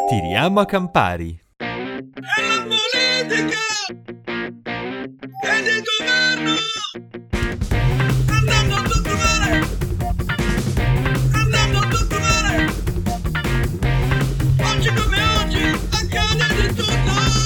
Tiriamo a Campari. È la politica! È il governo! Andiamo a tutto male! Andiamo a tutto male! Oggi come oggi accade di tutto!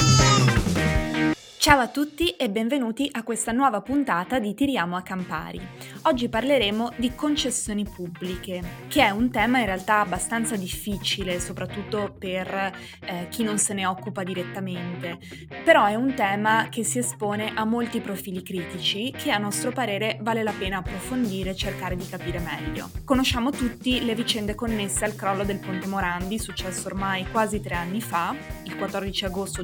Ciao a tutti e benvenuti a questa nuova puntata di Tiriamo a Campari. Oggi parleremo di concessioni pubbliche, che è un tema in realtà abbastanza difficile, soprattutto per chi non se ne occupa direttamente, però è un tema che si espone a molti profili critici che a nostro parere vale la pena approfondire e cercare di capire meglio. Conosciamo tutti le vicende connesse al crollo del Ponte Morandi, successo ormai quasi 3 anni fa, il 14 agosto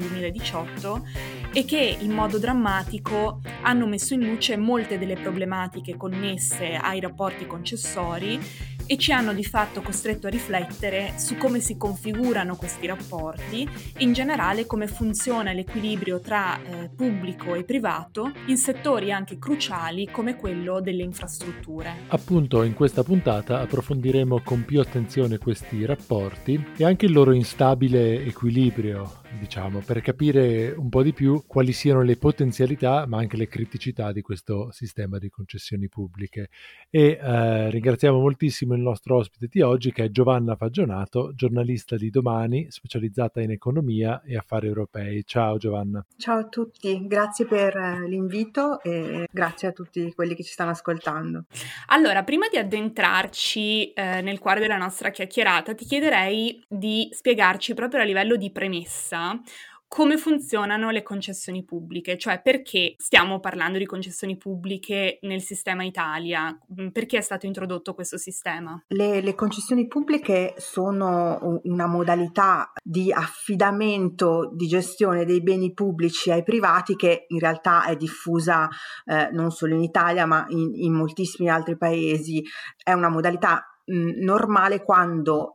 2018, e che in modo drammatico hanno messo in luce molte delle problematiche connesse ai rapporti concessori e ci hanno di fatto costretto a riflettere su come si configurano questi rapporti e in generale come funziona l'equilibrio tra pubblico e privato in settori anche cruciali come quello delle infrastrutture. Appunto, in questa puntata approfondiremo con più attenzione questi rapporti e anche il loro instabile equilibrio, per capire un po' di più quali siano le potenzialità ma anche le criticità di questo sistema di concessioni pubbliche. E ringraziamo moltissimo il nostro ospite di oggi, che è Giovanna Fagionato, giornalista di Domani, specializzata in economia e affari europei. Ciao Giovanna. Ciao a tutti, grazie per l'invito e grazie a tutti quelli che ci stanno ascoltando. Allora, prima di addentrarci nel cuore della nostra chiacchierata, ti chiederei di spiegarci proprio a livello di premessa come funzionano le concessioni pubbliche, cioè perché stiamo parlando di concessioni pubbliche nel sistema Italia, perché è stato introdotto questo sistema? Le concessioni pubbliche sono una modalità di affidamento di gestione dei beni pubblici ai privati che in realtà è diffusa non solo in Italia ma in moltissimi altri paesi. È una modalità normale quando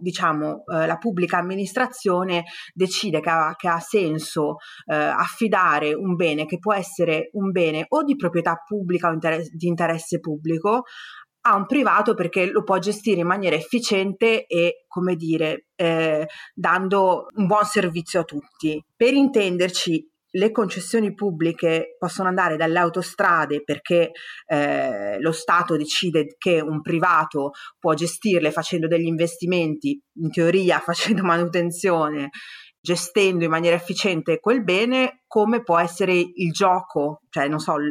la pubblica amministrazione decide che ha senso affidare un bene che può essere un bene o di proprietà pubblica o di interesse pubblico a un privato, perché lo può gestire in maniera efficiente e, dando un buon servizio a tutti. Per intenderci, le concessioni pubbliche possono andare dalle autostrade perché lo Stato decide che un privato può gestirle facendo degli investimenti, in teoria facendo manutenzione, gestendo in maniera efficiente quel bene, come può essere il gioco, cioè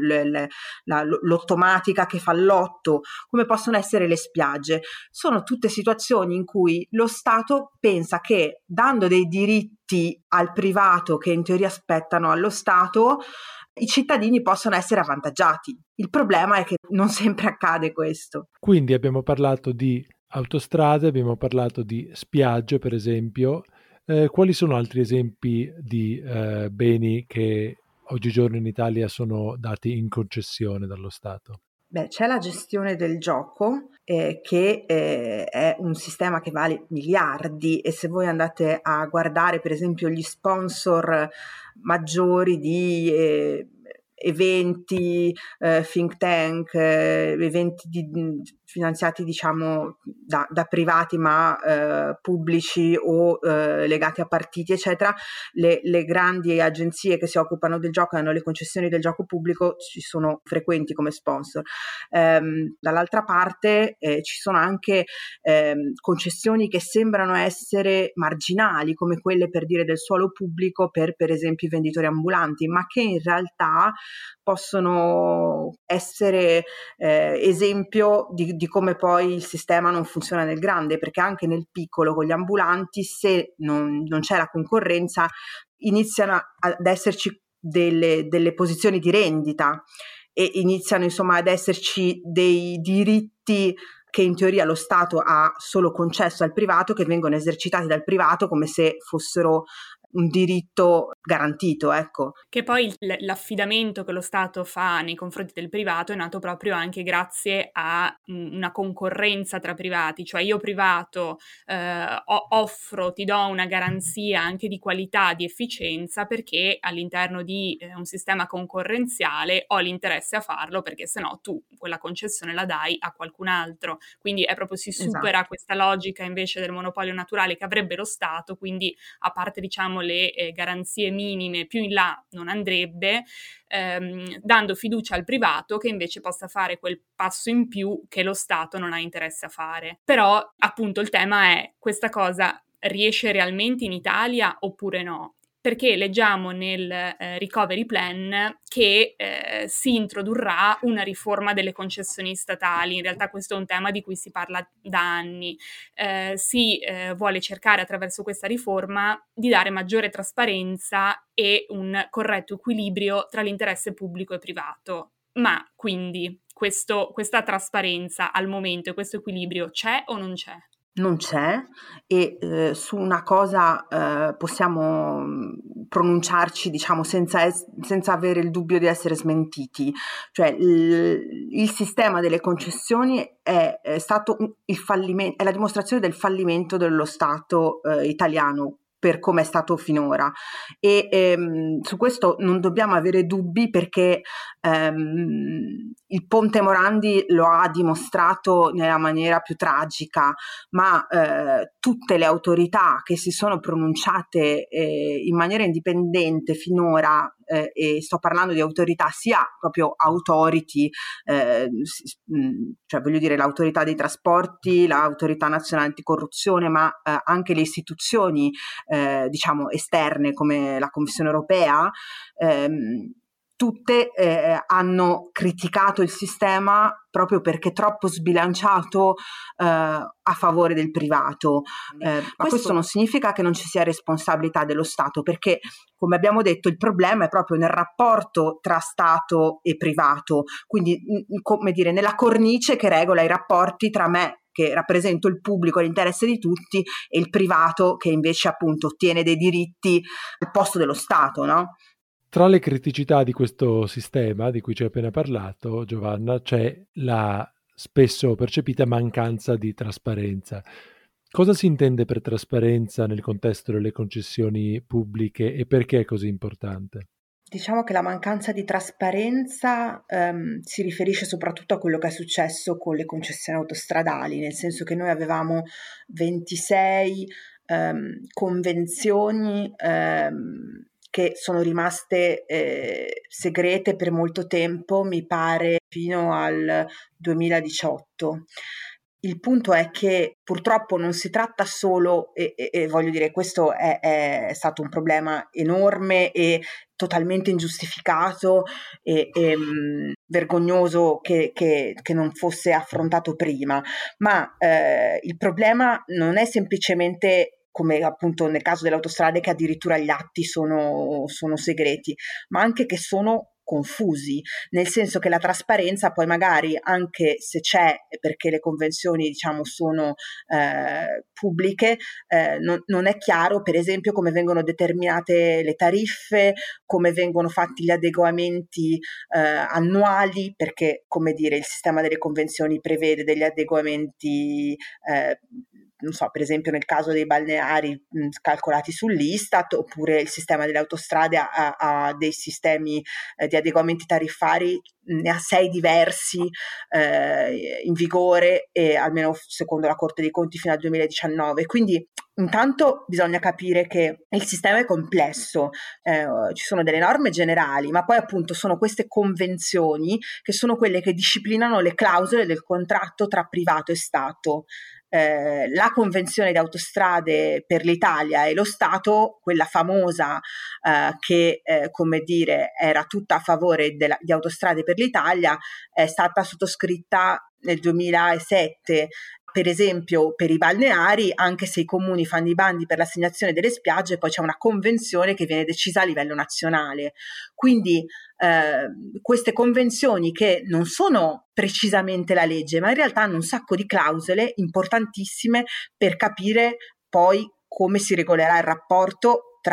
l'automatica che fa il lotto, come possono essere le spiagge. Sono tutte situazioni in cui lo Stato pensa che dando dei diritti al privato che in teoria spettano allo Stato, i cittadini possono essere avvantaggiati. Il problema è che non sempre accade questo. Quindi abbiamo parlato di autostrade, abbiamo parlato di spiagge per esempio. Quali sono altri esempi di beni che oggigiorno in Italia sono dati in concessione dallo Stato? C'è la gestione del gioco che è un sistema che vale miliardi, e se voi andate a guardare per esempio gli sponsor maggiori di eventi, think tank, eventi finanziati da privati ma pubblici o legati a partiti eccetera, le grandi agenzie che si occupano del gioco e hanno le concessioni del gioco pubblico ci sono frequenti come sponsor. Dall'altra parte ci sono anche concessioni che sembrano essere marginali, come quelle per dire del suolo pubblico per esempio i venditori ambulanti, ma che in realtà possono essere esempio di come poi il sistema non funziona nel grande, perché anche nel piccolo con gli ambulanti, se non c'è la concorrenza, iniziano ad esserci delle posizioni di rendita e iniziano ad esserci dei diritti che in teoria lo Stato ha solo concesso al privato, che vengono esercitati dal privato come se fossero un diritto garantito, ecco. Che poi l'affidamento che lo Stato fa nei confronti del privato è nato proprio anche grazie a una concorrenza tra privati, cioè io privato offro, ti do una garanzia anche di qualità, di efficienza, perché all'interno di un sistema concorrenziale ho l'interesse a farlo, perché sennò tu quella concessione la dai a qualcun altro. Quindi è proprio, si supera Esatto. questa logica invece del monopolio naturale che avrebbe lo Stato, quindi a parte diciamo le garanzie minime, più in là non andrebbe, dando fiducia al privato che invece possa fare quel passo in più che lo Stato non ha interesse a fare. Però appunto il tema è: questa cosa riesce realmente in Italia oppure no? Perché leggiamo nel recovery plan che si introdurrà una riforma delle concessioni statali. In realtà questo è un tema di cui si parla da anni. Si vuole cercare attraverso questa riforma di dare maggiore trasparenza e un corretto equilibrio tra l'interesse pubblico e privato. Ma quindi questa trasparenza al momento e questo equilibrio c'è o non c'è? Non c'è, e su una cosa possiamo pronunciarci, diciamo, senza avere il dubbio di essere smentiti, cioè il sistema delle concessioni è stato il fallimento, è la dimostrazione del fallimento dello Stato italiano per come è stato finora, e su questo non dobbiamo avere dubbi, perché il Ponte Morandi lo ha dimostrato nella maniera più tragica, ma tutte le autorità che si sono pronunciate in maniera indipendente finora, e sto parlando di autorità sia proprio authority, cioè voglio dire l'autorità dei trasporti, l'autorità nazionale anticorruzione, ma anche le istituzioni diciamo esterne come la Commissione europea, tutte hanno criticato il sistema proprio perché è troppo sbilanciato a favore del privato. Ma questo non significa che non ci sia responsabilità dello Stato, perché, come abbiamo detto, il problema è proprio nel rapporto tra Stato e privato, quindi come dire, nella cornice che regola i rapporti tra me, che rappresento il pubblico, l'interesse di tutti, e il privato che invece appunto ottiene dei diritti al posto dello Stato, no? Tra le criticità di questo sistema di cui ci hai appena parlato, Giovanna, c'è la spesso percepita mancanza di trasparenza. Cosa si intende per trasparenza nel contesto delle concessioni pubbliche e perché è così importante? Diciamo che la mancanza di trasparenza si riferisce soprattutto a quello che è successo con le concessioni autostradali, nel senso che noi avevamo 26 convenzioni che sono rimaste segrete per molto tempo, mi pare fino al 2018. Il punto è che purtroppo non si tratta solo, e voglio dire, questo è stato un problema enorme e totalmente ingiustificato e vergognoso che non fosse affrontato prima, ma il problema non è semplicemente, come appunto nel caso delle autostrade, che addirittura gli atti sono segreti, ma anche che sono confusi, nel senso che la trasparenza poi magari, anche se c'è, perché le convenzioni diciamo sono pubbliche, non è chiaro per esempio come vengono determinate le tariffe, come vengono fatti gli adeguamenti annuali, perché come dire il sistema delle convenzioni prevede degli adeguamenti non so, per esempio nel caso dei balneari calcolati sull'Istat, oppure il sistema delle autostrade ha dei sistemi di adeguamenti tariffari, ne ha 6 diversi in vigore, e almeno secondo la Corte dei Conti fino al 2019. Quindi intanto bisogna capire che il sistema è complesso, ci sono delle norme generali, ma poi appunto sono queste convenzioni che sono quelle che disciplinano le clausole del contratto tra privato e Stato. La convenzione di autostrade per l'Italia e lo Stato, quella famosa che come dire era tutta a favore di autostrade per l'Italia, è stata sottoscritta nel 2007. Per esempio per i balneari, anche se i comuni fanno i bandi per l'assegnazione delle spiagge, poi c'è una convenzione che viene decisa a livello nazionale. Quindi queste convenzioni, che non sono precisamente la legge, ma in realtà hanno un sacco di clausole importantissime per capire poi come si regolerà il rapporto tra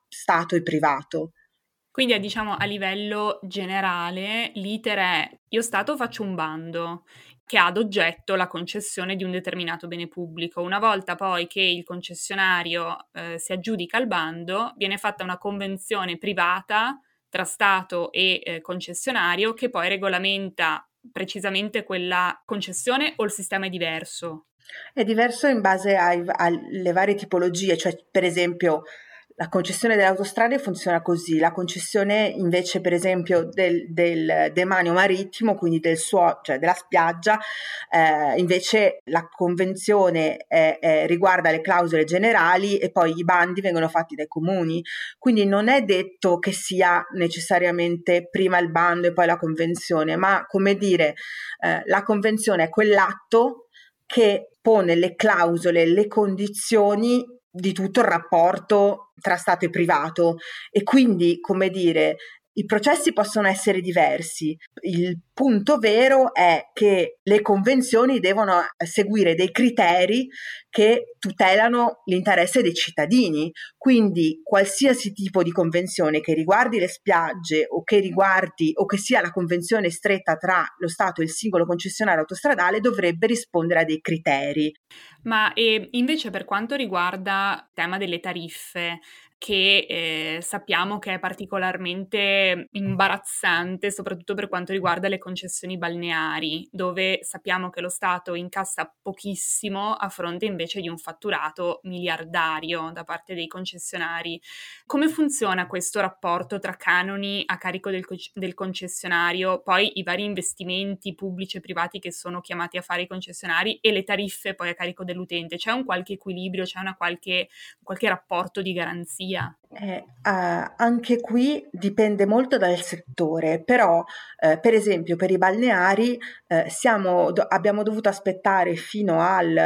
Stato e privato. Quindi diciamo a livello generale l'iter è: io Stato faccio un bando che ha ad oggetto la concessione di un determinato bene pubblico. Una volta poi che il concessionario si aggiudica il bando, viene fatta una convenzione privata tra Stato e concessionario che poi regolamenta precisamente quella concessione, o il sistema è diverso? È diverso in base alle varie tipologie, cioè per esempio la concessione delle autostrade funziona così, la concessione invece per esempio del demanio marittimo, quindi cioè della spiaggia, invece la convenzione riguarda le clausole generali e poi i bandi vengono fatti dai comuni, quindi non è detto che sia necessariamente prima il bando e poi la convenzione, ma come dire, la convenzione è quell'atto che pone le clausole, le condizioni di tutto il rapporto tra Stato e privato, e quindi, come dire, i processi possono essere diversi. Il punto vero è che le convenzioni devono seguire dei criteri che tutelano l'interesse dei cittadini, quindi qualsiasi tipo di convenzione che riguardi le spiagge o che sia la convenzione stretta tra lo Stato e il singolo concessionario autostradale dovrebbe rispondere a dei criteri. Ma invece per quanto riguarda il tema delle tariffe, che sappiamo che è particolarmente imbarazzante, soprattutto per quanto riguarda le concessioni balneari, dove sappiamo che lo Stato incassa pochissimo a fronte invece di un fatturato miliardario da parte dei concessionari. Come funziona questo rapporto tra canoni a carico del concessionario, poi i vari investimenti pubblici e privati che sono chiamati a fare i concessionari, e le tariffe poi a carico dell'utente? C'è un qualche equilibrio, c'è qualche rapporto di garanzia? Anche qui dipende molto dal settore, però per esempio per i balneari abbiamo dovuto aspettare fino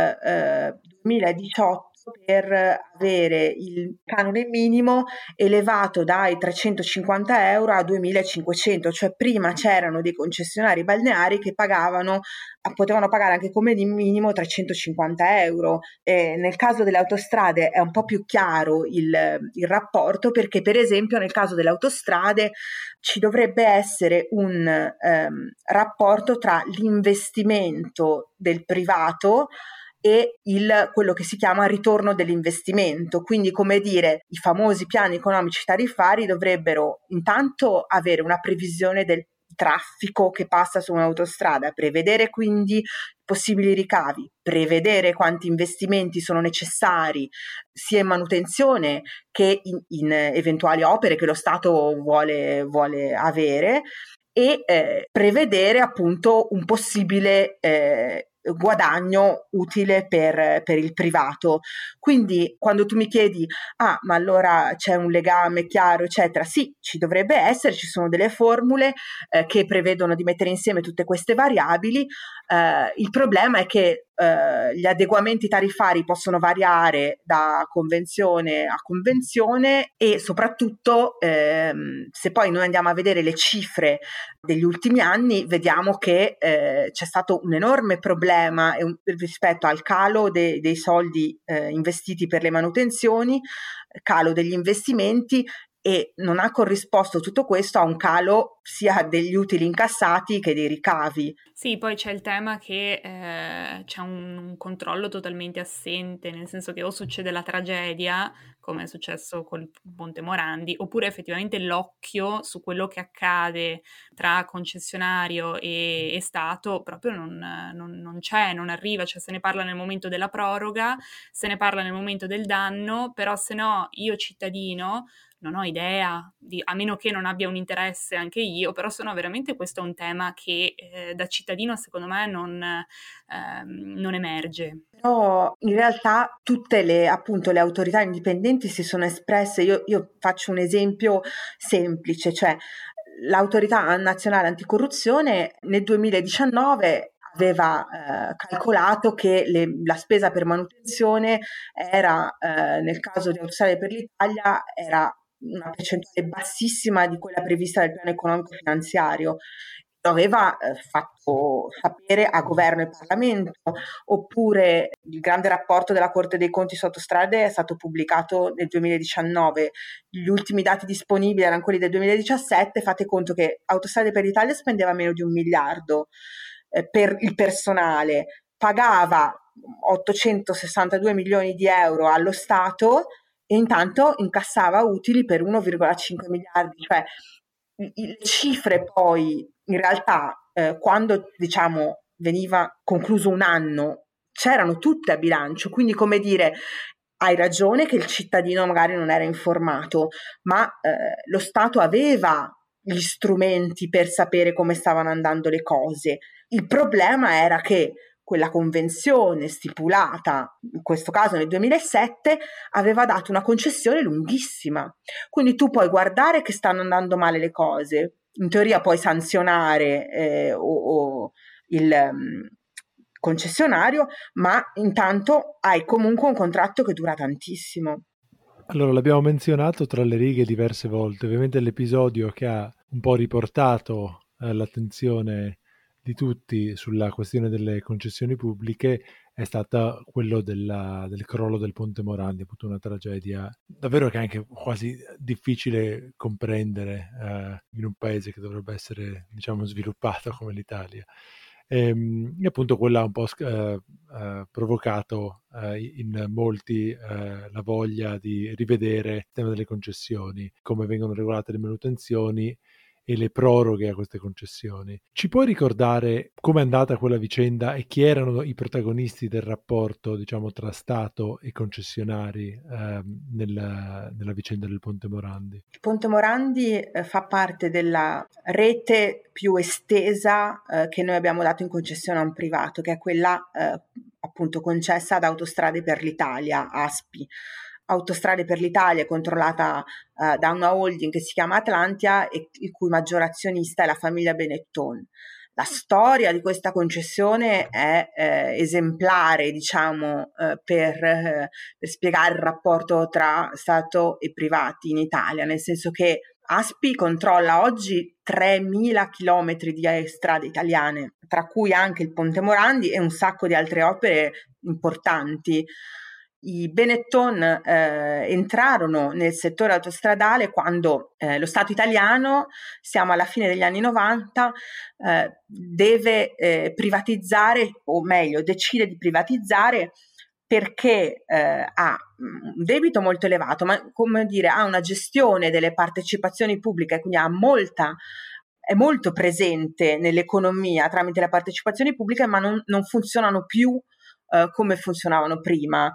al 2018 per avere il canone minimo elevato dai 350 euro a 2500, cioè prima c'erano dei concessionari balneari che potevano pagare anche come di minimo 350 euro. Nel caso delle autostrade è un po' più chiaro il rapporto, perché per esempio nel caso delle autostrade ci dovrebbe essere un rapporto tra l'investimento del privato e quello che si chiama ritorno dell'investimento. Quindi, come dire, i famosi piani economici tariffari dovrebbero intanto avere una previsione del traffico che passa su un'autostrada, prevedere quindi possibili ricavi, prevedere quanti investimenti sono necessari sia in manutenzione che in eventuali opere che lo Stato vuole avere, e prevedere appunto un possibile guadagno utile per il privato. Quindi quando tu mi chiedi ma allora c'è un legame chiaro eccetera, sì, ci dovrebbe essere, ci sono delle formule che prevedono di mettere insieme tutte queste variabili. Il problema è che gli adeguamenti tariffari possono variare da convenzione a convenzione, e soprattutto se poi noi andiamo a vedere le cifre degli ultimi anni vediamo che c'è stato un enorme problema rispetto al calo dei soldi investiti per le manutenzioni, calo degli investimenti, e non ha corrisposto tutto questo a un calo sia degli utili incassati che dei ricavi. Sì, poi c'è il tema che c'è un controllo totalmente assente, nel senso che o succede la tragedia, come è successo col Ponte Morandi, oppure effettivamente l'occhio su quello che accade tra concessionario e Stato proprio non c'è, non arriva, cioè se ne parla nel momento della proroga, se ne parla nel momento del danno, però se no io cittadino non ho idea, a meno che non abbia un interesse anche io, però se no veramente questo è un tema che da cittadino secondo me non emerge. Però in realtà tutte le autorità indipendenti si sono espresse. Io faccio un esempio semplice, cioè l'Autorità Nazionale Anticorruzione nel 2019 aveva calcolato che la spesa per manutenzione era, nel caso di Autostrade per l'Italia, era una percentuale bassissima di quella prevista dal piano economico finanziario. lo aveva fatto sapere a governo e Parlamento, oppure il grande rapporto della Corte dei Conti su Autostrade è stato pubblicato nel 2019, gli ultimi dati disponibili erano quelli del 2017, fate conto che Autostrade per l'Italia spendeva meno di 1 miliardo per il personale, pagava 862 milioni di euro allo Stato e intanto incassava utili per 1,5 miliardi, cioè le cifre poi in realtà quando diciamo veniva concluso un anno c'erano tutte a bilancio, quindi come dire hai ragione che il cittadino magari non era informato, ma lo Stato aveva gli strumenti per sapere come stavano andando le cose. Il problema era che quella convenzione stipulata, in questo caso nel 2007, aveva dato una concessione lunghissima. Quindi tu puoi guardare che stanno andando male le cose, in teoria puoi sanzionare o il concessionario, ma intanto hai comunque un contratto che dura tantissimo. Allora, l'abbiamo menzionato tra le righe diverse volte, ovviamente l'episodio che ha un po' riportato l'attenzione di tutti sulla questione delle concessioni pubbliche è stata quello del crollo del Ponte Morandi, appunto una tragedia davvero che è anche quasi difficile comprendere in un paese che dovrebbe essere, diciamo, sviluppato come l'Italia. E appunto quella ha un po' provocato in molti la voglia di rivedere il tema delle concessioni, come vengono regolate le manutenzioni e le proroghe a queste concessioni. Ci puoi ricordare com'è andata quella vicenda e chi erano i protagonisti del rapporto, diciamo, tra Stato e concessionari nella vicenda del Ponte Morandi? Il Ponte Morandi fa parte della rete più estesa che noi abbiamo dato in concessione a un privato, che è quella appunto concessa ad Autostrade per l'Italia, ASPI. Autostrade per l'Italia è controllata da una holding che si chiama Atlantia e il cui maggior azionista è la famiglia Benetton. La storia di questa concessione è esemplare, diciamo, per spiegare il rapporto tra Stato e privati in Italia, nel senso che ASPI controlla oggi 3.000 chilometri di strade italiane, tra cui anche il Ponte Morandi e un sacco di altre opere importanti. I Benetton entrarono nel settore autostradale quando lo Stato italiano, siamo alla fine degli anni 90, deve privatizzare, o meglio decide di privatizzare perché ha un debito molto elevato, ma come dire ha una gestione delle partecipazioni pubbliche, quindi è molto presente nell'economia tramite le partecipazioni pubbliche, ma non funzionano più come funzionavano prima.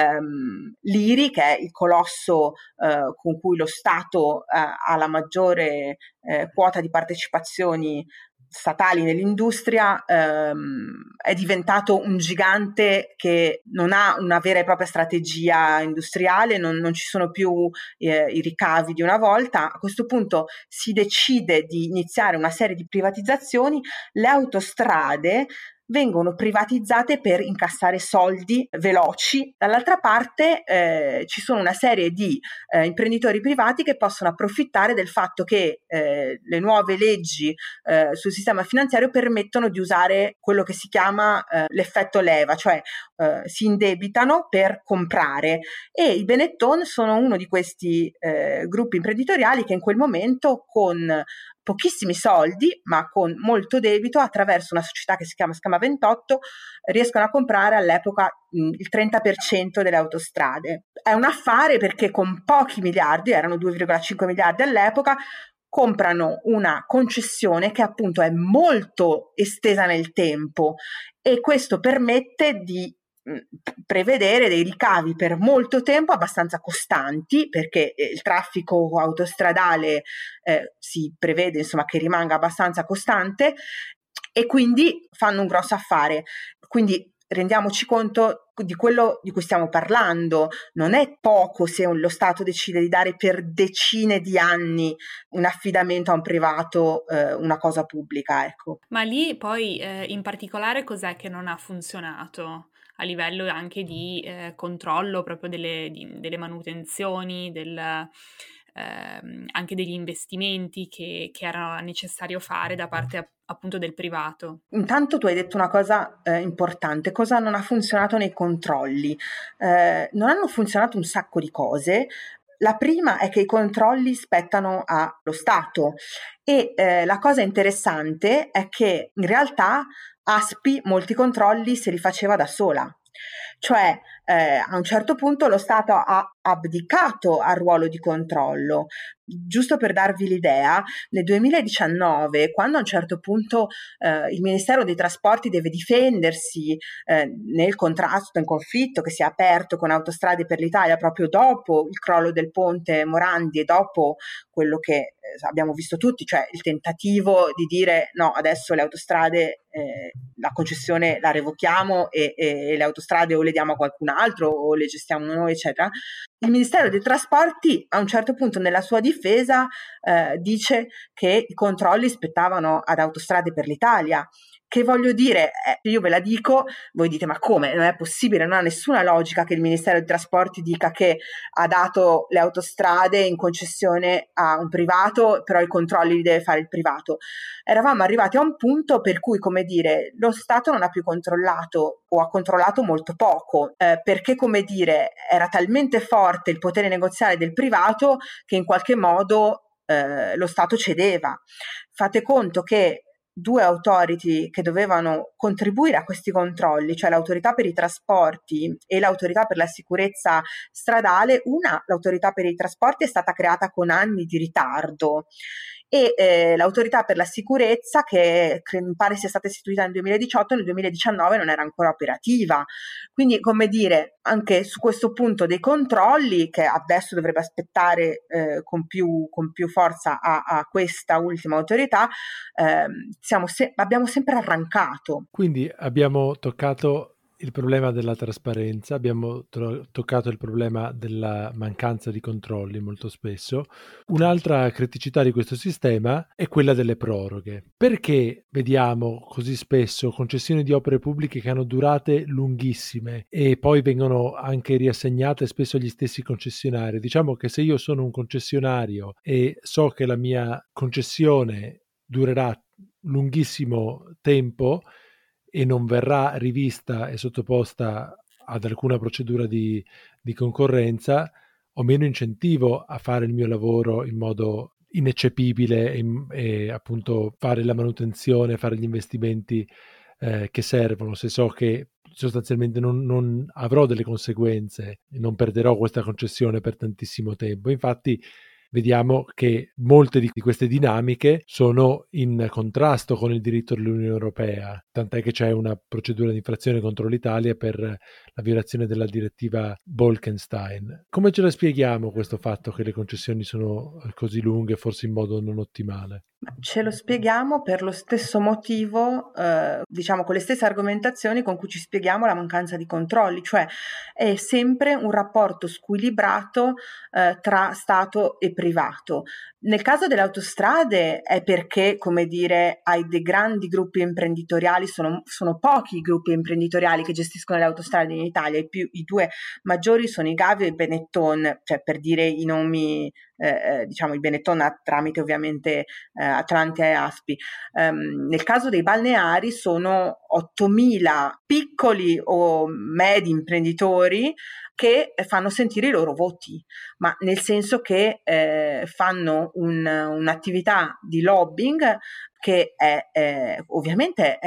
L'IRI, che è il colosso con cui lo Stato ha la maggiore quota di partecipazioni statali nell'industria, è diventato un gigante che non ha una vera e propria strategia industriale, non ci sono più i ricavi di una volta. A questo punto si decide di iniziare una serie di privatizzazioni. Le autostrade vengono privatizzate per incassare soldi veloci. Dall'altra parte ci sono una serie di imprenditori privati che possono approfittare del fatto che le nuove leggi sul sistema finanziario permettono di usare quello che si chiama l'effetto leva, cioè si indebitano per comprare, e i Benetton sono uno di questi gruppi imprenditoriali che in quel momento con pochissimi soldi, ma con molto debito, attraverso una società che si chiama Scama 28, riescono a comprare all'epoca il 30% delle autostrade. È un affare perché con pochi miliardi, erano 2,5 miliardi all'epoca, comprano una concessione che appunto è molto estesa nel tempo, e questo permette di prevedere dei ricavi per molto tempo abbastanza costanti, perché il traffico autostradale si prevede insomma che rimanga abbastanza costante, e quindi fanno un grosso affare. Quindi rendiamoci conto di quello di cui stiamo parlando. Non è poco se lo Stato decide di dare per decine di anni un affidamento a un privato, una cosa pubblica, ecco. Ma lì poi in particolare cos'è che non ha funzionato? A livello anche di controllo proprio delle manutenzioni, anche degli investimenti che era necessario fare da parte appunto del privato. Intanto tu hai detto una cosa importante, cosa non ha funzionato nei controlli. Non hanno funzionato un sacco di cose. La prima è che i controlli spettano allo Stato e la cosa interessante è che in realtà ASPI molti controlli se li faceva da sola. Cioè, a un certo punto lo Stato ha abdicato al ruolo di controllo. Giusto per darvi l'idea, nel 2019, quando a un certo punto il Ministero dei Trasporti deve difendersi nel contrasto, nel conflitto che si è aperto con Autostrade per l'Italia proprio dopo il crollo del ponte Morandi e dopo quello che abbiamo visto tutti, cioè il tentativo di dire no, adesso le autostrade, la concessione la revochiamo e le autostrade o le diamo a qualcun altro o le gestiamo noi, eccetera. Il Ministero dei Trasporti a un certo punto nella sua difesa dice che i controlli spettavano ad Autostrade per l'Italia. Che voglio dire, io ve la dico, voi dite ma come? Non è possibile, non ha nessuna logica che il Ministero dei Trasporti dica che ha dato le autostrade in concessione a un privato, però i controlli li deve fare il privato. Eravamo arrivati a un punto per cui, come dire, lo Stato non ha più controllato o ha controllato molto poco, perché, come dire, era talmente forte il potere negoziale del privato che in qualche modo lo Stato cedeva. Fate conto che due authority che dovevano contribuire a questi controlli, cioè l'autorità per i trasporti e l'autorità per la sicurezza stradale, l'autorità per i trasporti è stata creata con anni di ritardo e l'autorità per la sicurezza, che mi pare sia stata istituita nel 2018, nel 2019 non era ancora operativa. Quindi, come dire, anche su questo punto dei controlli, che adesso dovrebbe aspettare con più forza a questa ultima autorità, abbiamo sempre arrancato. Quindi abbiamo toccato il problema della trasparenza, abbiamo toccato il problema della mancanza di controlli molto spesso. Un'altra criticità di questo sistema è quella delle proroghe. Perché vediamo così spesso concessioni di opere pubbliche che hanno durate lunghissime e poi vengono anche riassegnate spesso agli stessi concessionari? Diciamo che se io sono un concessionario e so che la mia concessione durerà lunghissimo tempo e non verrà rivista e sottoposta ad alcuna procedura di concorrenza, ho meno incentivo a fare il mio lavoro in modo ineccepibile e appunto fare la manutenzione, fare gli investimenti che servono, se so che sostanzialmente non avrò delle conseguenze e non perderò questa concessione per tantissimo tempo. Infatti vediamo che molte di queste dinamiche sono in contrasto con il diritto dell'Unione Europea, tant'è che c'è una procedura di infrazione contro l'Italia per la violazione della direttiva Bolkestein. Come ce la spieghiamo questo fatto che le concessioni sono così lunghe, forse in modo non ottimale? Ce lo spieghiamo per lo stesso motivo, diciamo con le stesse argomentazioni con cui ci spieghiamo la mancanza di controlli, cioè è sempre un rapporto squilibrato tra Stato e privato. Nel caso delle autostrade è perché, come dire, hai dei grandi gruppi imprenditoriali, sono pochi i gruppi imprenditoriali che gestiscono le autostrade in Italia, i due maggiori sono i Gavio e i Benetton, cioè per dire i nomi, diciamo il Benetton tramite ovviamente Atlantia e Aspi. Nel caso dei balneari sono 8.000 piccoli o medi imprenditori che fanno sentire i loro voti, ma nel senso che fanno un'attività di lobbying che è ovviamente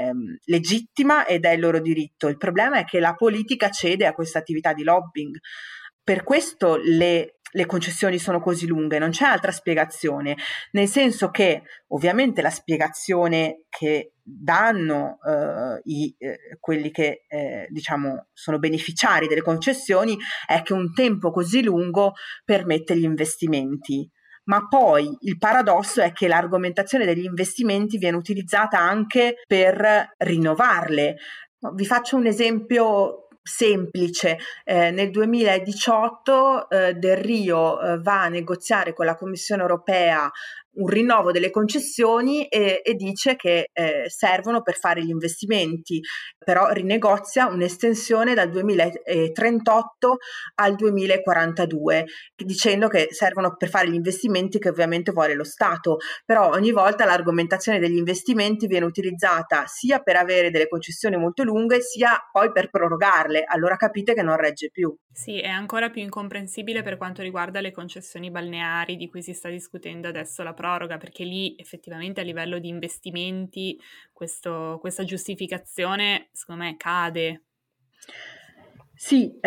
legittima ed è il loro diritto. Il problema è che la politica cede a questa attività di lobbying. Per questo le concessioni sono così lunghe, non c'è altra spiegazione, nel senso che ovviamente la spiegazione che danno quelli che diciamo sono beneficiari delle concessioni è che un tempo così lungo permette gli investimenti. Ma poi il paradosso è che l'argomentazione degli investimenti viene utilizzata anche per rinnovarle. Vi faccio un esempio semplice. Nel 2018 Del Rio va a negoziare con la Commissione europea un rinnovo delle concessioni e dice che servono per fare gli investimenti, però rinegozia un'estensione dal 2038 al 2042, dicendo che servono per fare gli investimenti che ovviamente vuole lo Stato, però ogni volta l'argomentazione degli investimenti viene utilizzata sia per avere delle concessioni molto lunghe, sia poi per prorogarle, allora capite che non regge più. Sì, è ancora più incomprensibile per quanto riguarda le concessioni balneari di cui si sta discutendo adesso la proroga, perché lì effettivamente a livello di investimenti questa giustificazione secondo me cade. Sì,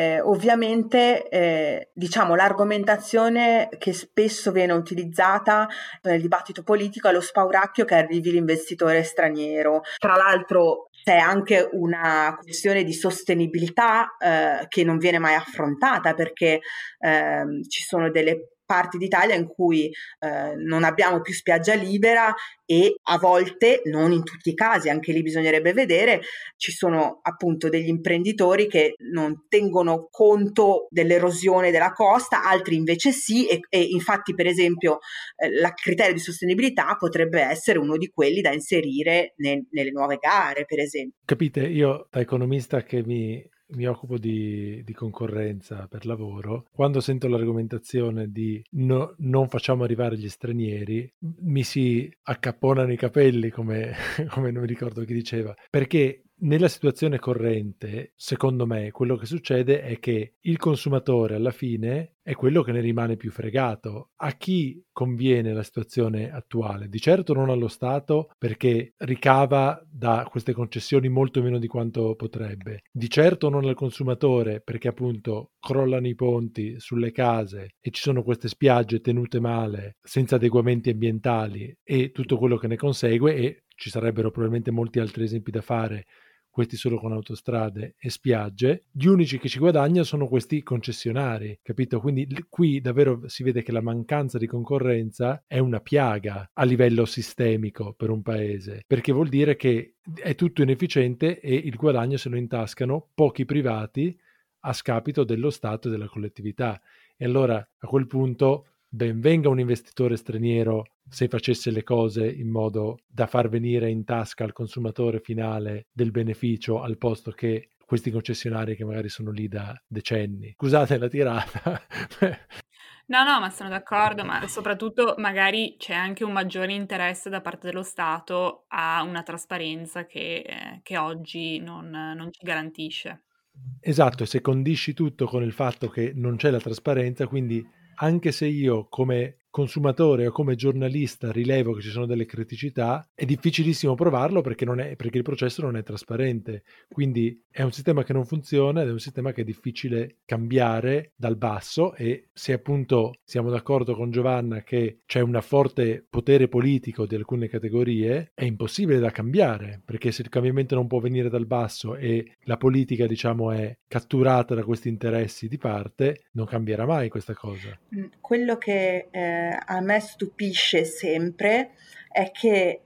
ovviamente diciamo l'argomentazione che spesso viene utilizzata nel dibattito politico è lo spauracchio che arrivi l'investitore straniero. Tra l'altro c'è anche una questione di sostenibilità che non viene mai affrontata, perché ci sono delle parti d'Italia in cui non abbiamo più spiaggia libera e a volte, non in tutti i casi, anche lì bisognerebbe vedere, ci sono appunto degli imprenditori che non tengono conto dell'erosione della costa, altri invece sì, e infatti per esempio il criterio di sostenibilità potrebbe essere uno di quelli da inserire nelle nuove gare, per esempio. Capite, io da economista che mi occupo di concorrenza per lavoro, quando sento l'argomentazione di non facciamo arrivare gli stranieri, mi si accapponano i capelli, come non mi ricordo chi diceva, perché nella situazione corrente, secondo me, quello che succede è che il consumatore alla fine è quello che ne rimane più fregato. A chi conviene la situazione attuale? Di certo non allo Stato, perché ricava da queste concessioni molto meno di quanto potrebbe. Di certo non al consumatore, perché appunto crollano i ponti sulle case e ci sono queste spiagge tenute male, senza adeguamenti ambientali e tutto quello che ne consegue, e ci sarebbero probabilmente molti altri esempi da fare, questi solo con autostrade e spiagge. Gli unici che ci guadagnano sono questi concessionari, capito? Quindi qui davvero si vede che la mancanza di concorrenza è una piaga a livello sistemico per un paese, perché vuol dire che è tutto inefficiente e il guadagno se lo intascano pochi privati a scapito dello Stato e della collettività. E allora a quel punto ben venga un investitore straniero se facesse le cose in modo da far venire in tasca al consumatore finale del beneficio, al posto che questi concessionari che magari sono lì da decenni. Scusate la tirata. No, ma sono d'accordo, ma soprattutto magari c'è anche un maggiore interesse da parte dello Stato a una trasparenza che oggi non ci garantisce. Esatto, e se condisci tutto con il fatto che non c'è la trasparenza, quindi anche se io come consumatore o come giornalista rilevo che ci sono delle criticità, è difficilissimo provarlo perché il processo non è trasparente. Quindi è un sistema che non funziona ed è un sistema che è difficile cambiare dal basso, e se appunto siamo d'accordo con Giovanna che c'è un forte potere politico di alcune categorie, è impossibile da cambiare, perché se il cambiamento non può venire dal basso e la politica, diciamo, è catturata da questi interessi di parte, non cambierà mai questa cosa. Quello che a me stupisce sempre è che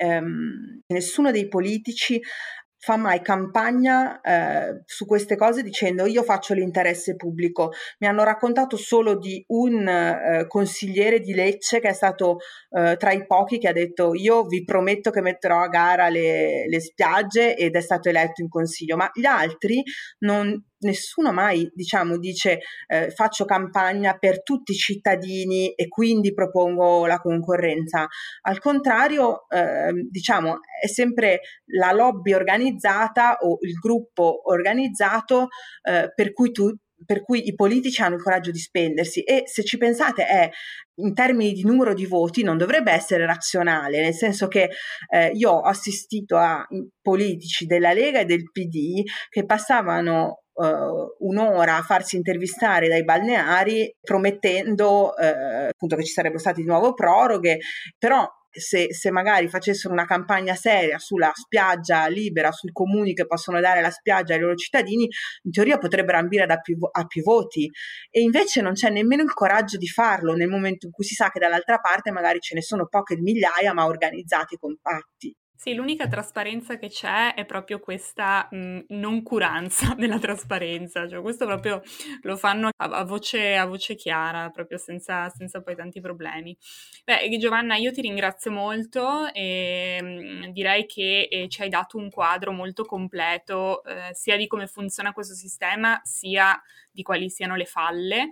nessuno dei politici fa mai campagna su queste cose dicendo io faccio l'interesse pubblico. Mi hanno raccontato solo di un consigliere di Lecce che è stato tra i pochi che ha detto io vi prometto che metterò a gara le spiagge, ed è stato eletto in consiglio, ma gli altri nessuno mai dice faccio campagna per tutti i cittadini e quindi propongo la concorrenza. Al contrario, diciamo è sempre la lobby organizzata o il gruppo organizzato per cui i politici hanno il coraggio di spendersi, e se ci pensate in termini di numero di voti non dovrebbe essere razionale, nel senso che io ho assistito a politici della Lega e del PD che passavano un'ora a farsi intervistare dai balneari promettendo appunto che ci sarebbero state di nuovo proroghe, però se magari facessero una campagna seria sulla spiaggia libera, sui comuni che possono dare la spiaggia ai loro cittadini, in teoria potrebbero ambire a più voti, e invece non c'è nemmeno il coraggio di farlo nel momento in cui si sa che dall'altra parte magari ce ne sono poche migliaia ma organizzati, compatti. Sì, l'unica trasparenza che c'è è proprio questa noncuranza della trasparenza, cioè questo proprio lo fanno a voce chiara, proprio senza poi tanti problemi. Beh, Giovanna, io ti ringrazio molto e direi che ci hai dato un quadro molto completo sia di come funziona questo sistema, sia di quali siano le falle.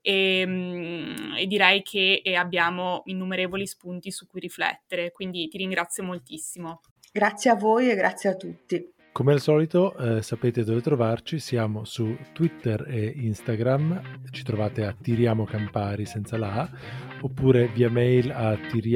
E direi che abbiamo innumerevoli spunti su cui riflettere, quindi ti ringrazio moltissimo. Grazie a voi e grazie a tutti. Come al solito sapete dove trovarci, siamo su Twitter e Instagram, ci trovate a Tiriamo Campari senza la A, oppure via mail a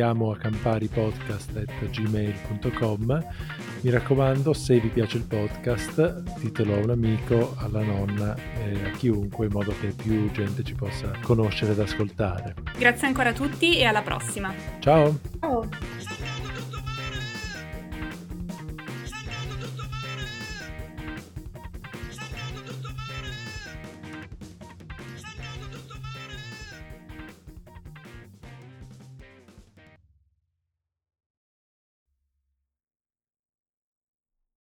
tiriamoacamparipodcast@gmail.com. Mi raccomando, se vi piace il podcast, ditelo a un amico, alla nonna, a chiunque, in modo che più gente ci possa conoscere ed ascoltare. Grazie ancora a tutti e alla prossima. Ciao! Ciao!